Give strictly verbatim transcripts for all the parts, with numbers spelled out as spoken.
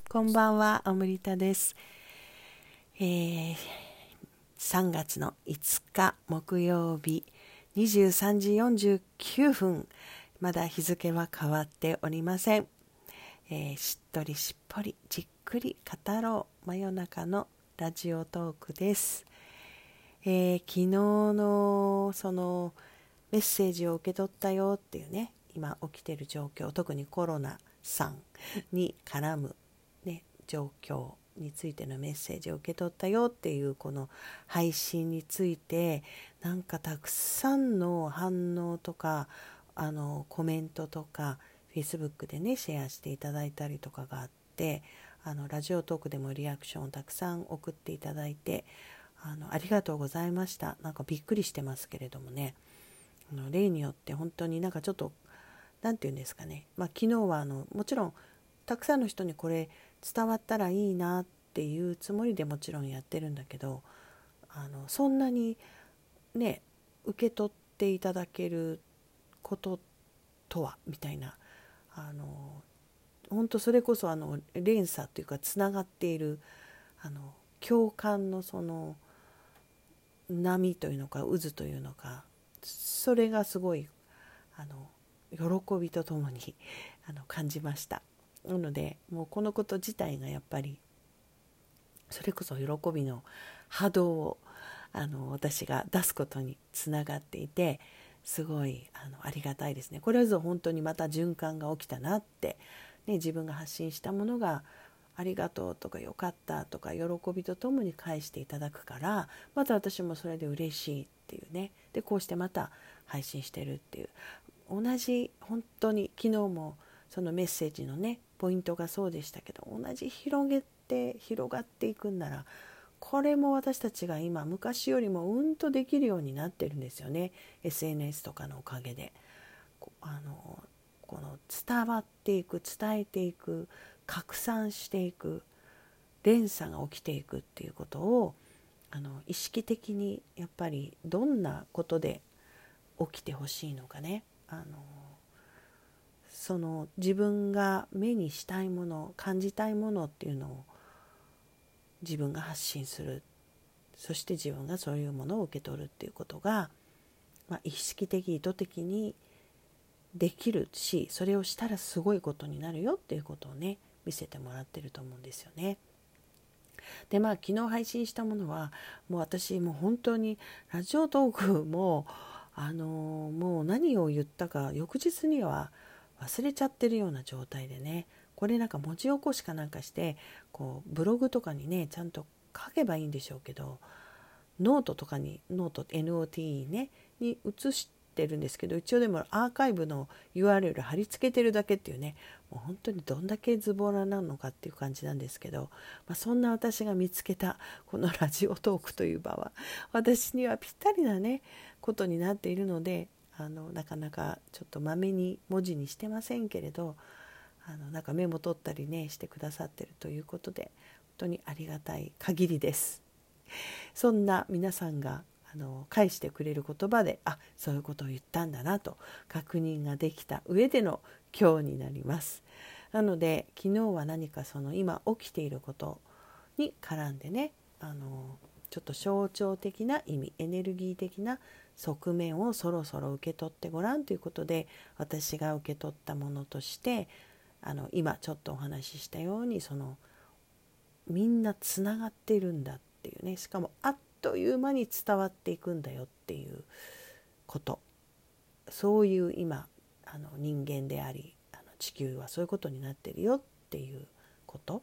こんばんは、アムリタです、えー、さんがつのいつか木曜日にじゅうさんじよんじゅうきゅうふん、まだ日付は変わっておりません、えー、しっとりしっぽりじっくり語ろう真夜中のラジオトークです、えー、昨日のそのメッセージを受け取ったよっていうね、今起きている状況、特にコロナさんに絡むね、状況についてのメッセージを受け取ったよっていうこの配信について、なんかたくさんの反応とかあのコメントとか Facebook でねシェアしていただいたりとかがあって、あのラジオトークでもリアクションをたくさん送っていただいて、あのありがとうございました。なんかびっくりしてますけれどもね、あの例によって本当になんかちょっとなんていうんですかね、まあ、昨日はあのもちろんたくさんの人にこれ伝わったらいいなっていうつもりでもちろんやってるんだけど、あのそんなにね受け取っていただけることとはみたいな、あの本当それこそあの連鎖というかつながっているあの共感のその波というのか渦というのか、それがすごいあの喜びとともにあの感じました。なのでもうこのこと自体がやっぱりそれこそ喜びの波動をあの私が出すことにつながっていて、すごいあのありがたいですね。これぞ本当にまた循環が起きたなって、ね、自分が発信したものがありがとうとかよかったとか喜びとともに返していただくから、また私もそれで嬉しいっていうね、でこうしてまた配信してるっていう、同じ本当に昨日もそのメッセージのねポイントがそうでしたけど、同じ広げて広がっていくんなら、これも私たちが今昔よりもうんとできるようになってるんですよね。 エスエヌエス とかのおかげであのこの伝わっていく、伝えていく、拡散していく、連鎖が起きていくっていうことをあの意識的にやっぱりどんなことで起きてほしいのかね、あのその自分が目にしたいもの、感じたいものっていうのを自分が発信する、そして自分がそういうものを受け取るっていうことが、まあ、意識的意図的にできるし、それをしたらすごいことになるよっていうことをね見せてもらってると思うんですよね。でまあ昨日配信したものはもう私もう本当にラジオトークもあのもう何を言ったか翌日には忘れちゃってるような状態でね、これなんか文字起こしかなんかしてこうブログとかにねちゃんと書けばいいんでしょうけど、ノートとかにノート エヌオーティー ねに移してるんですけど、一応でもアーカイブの ユーアールエル 貼り付けてるだけっていうね、もう本当にどんだけズボラなのかっていう感じなんですけど、まあ、そんな私が見つけたこのラジオトークという場は私にはぴったりなねことになっているので、あのなかなかちょっとまめに文字にしてませんけれど、あのなんかメモ取ったりねしてくださってるということで本当にありがたい限りです。そんな皆さんがあの返してくれる言葉で、あ、そういうことを言ったんだなと確認ができた上での今日になります。なので昨日は何かその今起きていることに絡んでね、あのちょっと象徴的な意味、エネルギー的な側面をそろそろ受け取ってごらんということで、私が受け取ったものとしてあの今ちょっとお話ししたように、そのみんなつながっているんだっていうね、しかもあっという間に伝わっていくんだよっていうこと、そういう今あの人間であり、あの地球はそういうことになってるよっていうこと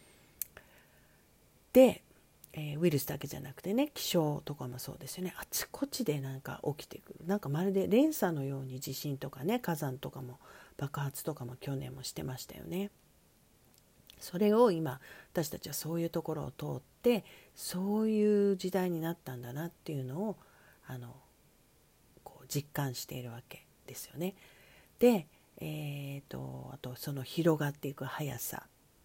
で、えー、ウイルスだけじゃなくてね、気象とかもそうですよね。あちこちでなんか起きてくる、なんかまるで連鎖のように地震とかね、火山とかも爆発とかも去年もしてましたよね。それを今私たちはそういうところを通って、そういう時代になったんだなっていうのをあのこう実感しているわけですよね。で、えーと、あとその広がっていく速さ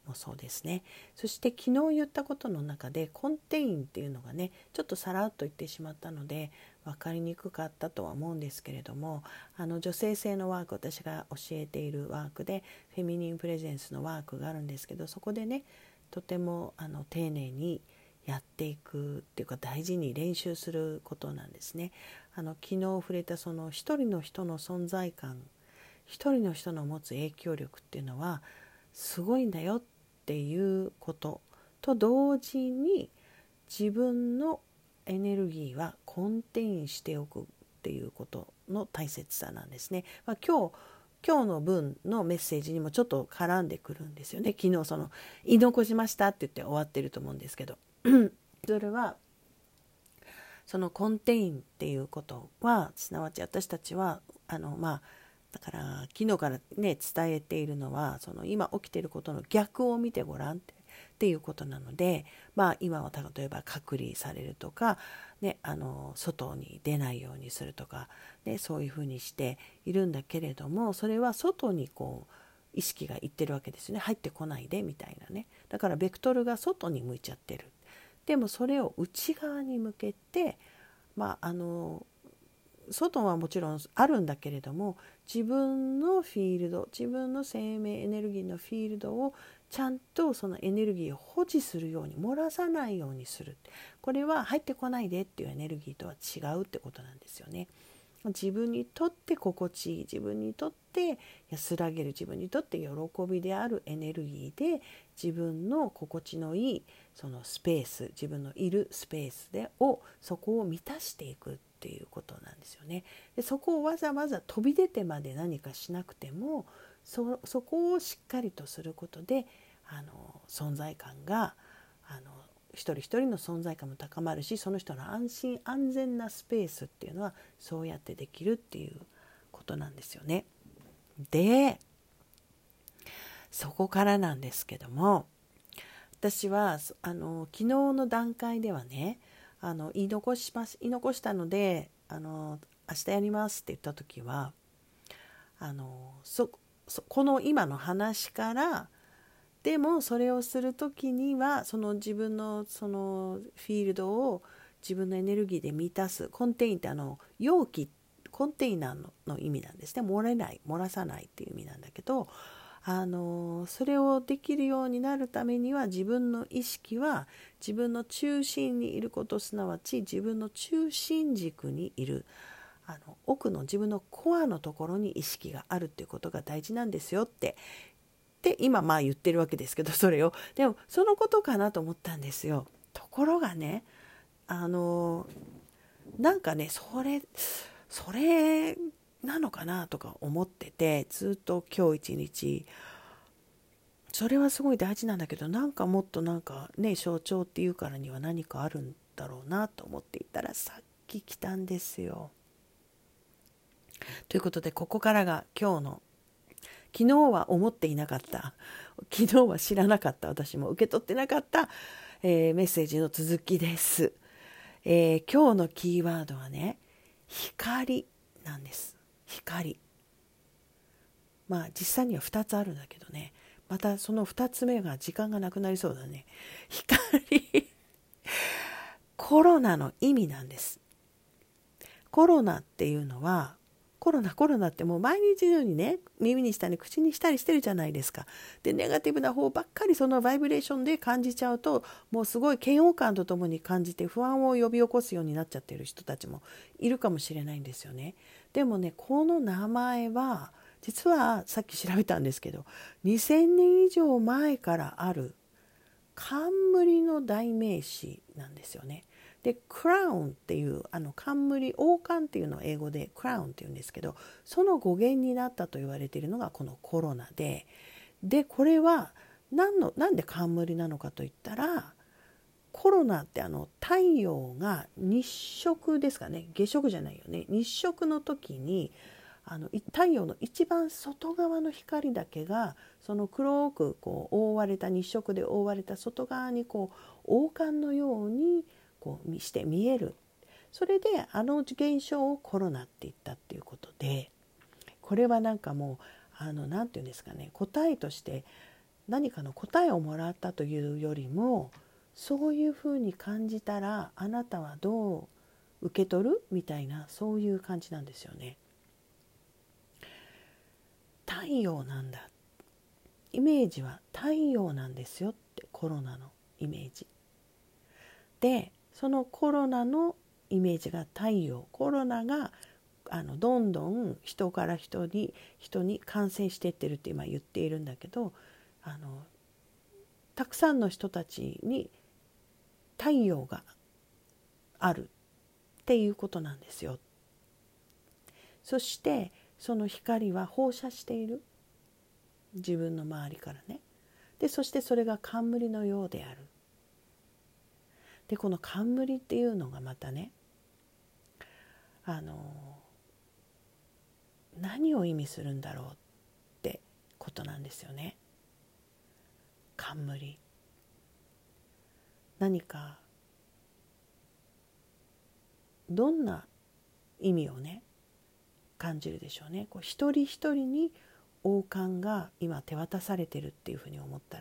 もそうですね。そして昨日言ったことの中でコンテインっていうのがねちょっとさらっと言ってしまったので分かりにくかったとは思うんですけれども、あの女性性のワーク、私が教えているワークでフェミニンプレゼンスのワークがあるんですけど、そこでねとてもあの丁寧にやっていくっていうか大事に練習することなんですね。あの昨日触れたその一人の人の存在感、一人の人の持つ影響力っていうのはすごいんだよっていうことと同時に、自分のエネルギーはコンテインしておくっていうことの大切さなんですね。まあ、今日今日の文のメッセージにもちょっと絡んでくるんですよね。昨日その言い残しましたって言って終わってると思うんですけどそれはそのコンテインっていうことは、すなわち私たちはあのまあだから昨日からね伝えているのは、その今起きていることの逆を見てごらんってっていうことなので、まあ今は例えば隔離されるとか、ね、あの外に出ないようにするとか、ね、そういうふうにしているんだけれども、それは外にこう意識がいってるわけですよね。入ってこないでみたいなね。だからベクトルが外に向いちゃってる。でもそれを内側に向けて、まああの外はもちろんあるんだけれども、自分のフィールド、自分の生命エネルギーのフィールドをちゃんとそのエネルギーを保持するように、漏らさないようにする。これは入ってこないでっていうエネルギーとは違うってことなんですよね。自分にとって心地いい、自分にとって安らげる、自分にとって喜びであるエネルギーで、自分の心地のいいそのスペース、自分のいるスペースでをそこを満たしていくっていうことなんですよね。でそこをわざわざ飛び出てまで何かしなくても、 そ, そこをしっかりとすることで、あの存在感があの一人一人の存在感も高まるし、その人の安心安全なスペースっていうのはそうやってできるっていうことなんですよね。でそこからなんですけども、私はあの昨日の段階ではね、あの言い残します言い残したので、あの明日やりますって言った時は、あのそそこの今の話から、でもそれをする時にはその自分のそのフィールドを自分のエネルギーで満たす。コンテインってあの容器、コンテイナー の, の意味なんですね。漏れない、漏らさないっていう意味なんだけど、あのそれをできるようになるためには、自分の意識は自分の中心にいること、すなわち自分の中心軸にいる、あの奥の自分のコアのところに意識があるっていうことが大事なんですよってで今まあ言ってるわけですけど、それをでもそのことかなと思ったんですよ。ところがね、あのなんかねそれそれなのかなとか思ってて、ずっと今日一日それはすごい大事なんだけど、なんかもっとなんかね象徴っていうからには何かあるんだろうなと思っていたら、さっき来たんですよ。ということで、ここからが今日の、昨日は思っていなかった、昨日は知らなかった、私も受け取ってなかった、えー、メッセージの続きです。えー、今日のキーワードはね、光なんです。光。まあ実際にはふたつあるんだけどね、またそのふたつめが時間がなくなりそうだね。光コロナの意味なんです。コロナっていうのは、コロナコロナってもう毎日のようにね、耳にしたり口にしたりしてるじゃないですか。でネガティブな方ばっかりそのバイブレーションで感じちゃうと、もうすごい嫌悪感とともに感じて不安を呼び起こすようになっちゃっている人たちもいるかもしれないんですよね。でもね、この名前は実はさっき調べたんですけど、にせんねん以上前からある冠の代名詞なんですよね。でクラウンっていうあの冠、王冠っていうのを英語でクラウンっていうんですけど、その語源になったと言われているのがこのコロナで、でこれは何のなんで冠なのかといったら、コロナってあの太陽が日食ですかね、月食じゃないよね、日食の時にあの太陽の一番外側の光だけがその黒くこう覆われた、日食で覆われた外側にこう王冠のようにこうして見える。それであの現象をコロナって言ったっていうことで、これはなんかもうあのなんていうんですかね、答えとして何かの答えをもらったというよりも、そういうふうに感じたらあなたはどう受け取るみたいな、そういう感じなんですよね。太陽なんだ、イメージは太陽なんですよって、コロナのイメージで、そのコロナのイメージが太陽、コロナがあのどんどん人から人に人に感染していってるって今言っているんだけど、あのたくさんの人たちに太陽があるっていうことなんですよ。そしてその光は放射している、自分の周りからね。でそしてそれが冠のようである。でこの冠っていうのがまたね、あの何を意味するんだろうってことなんですよね。冠、何かどんな意味をね感じるでしょうね。こう一人一人に王冠が今手渡されてるっていうふうに思ったら、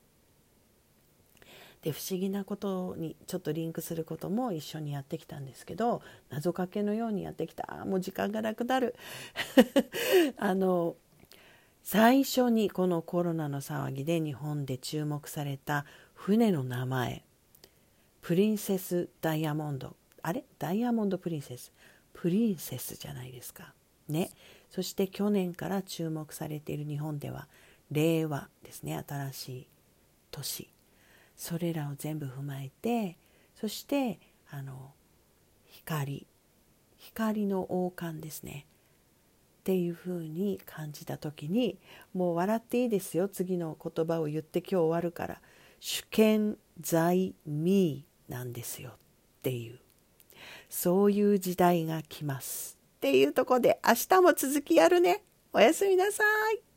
で不思議なことにちょっとリンクすることも一緒にやってきたんですけど、謎かけのようにやってきた。もう時間がなくなるあの最初にこのコロナの騒ぎで日本で注目された船の名前、プリンセスダイヤモンド、あれダイヤモンドプリンセス、プリンセスじゃないですかね。そして去年から注目されている日本では令和ですね、新しい年、それらを全部踏まえて、そしてあの光光の王冠ですねっていう風に感じた時に、もう笑っていいですよ、次の言葉を言って今日終わるから、主権在民なんですよっていう、そういう時代が来ますっていうところで、明日も続きやるね。おやすみなさい。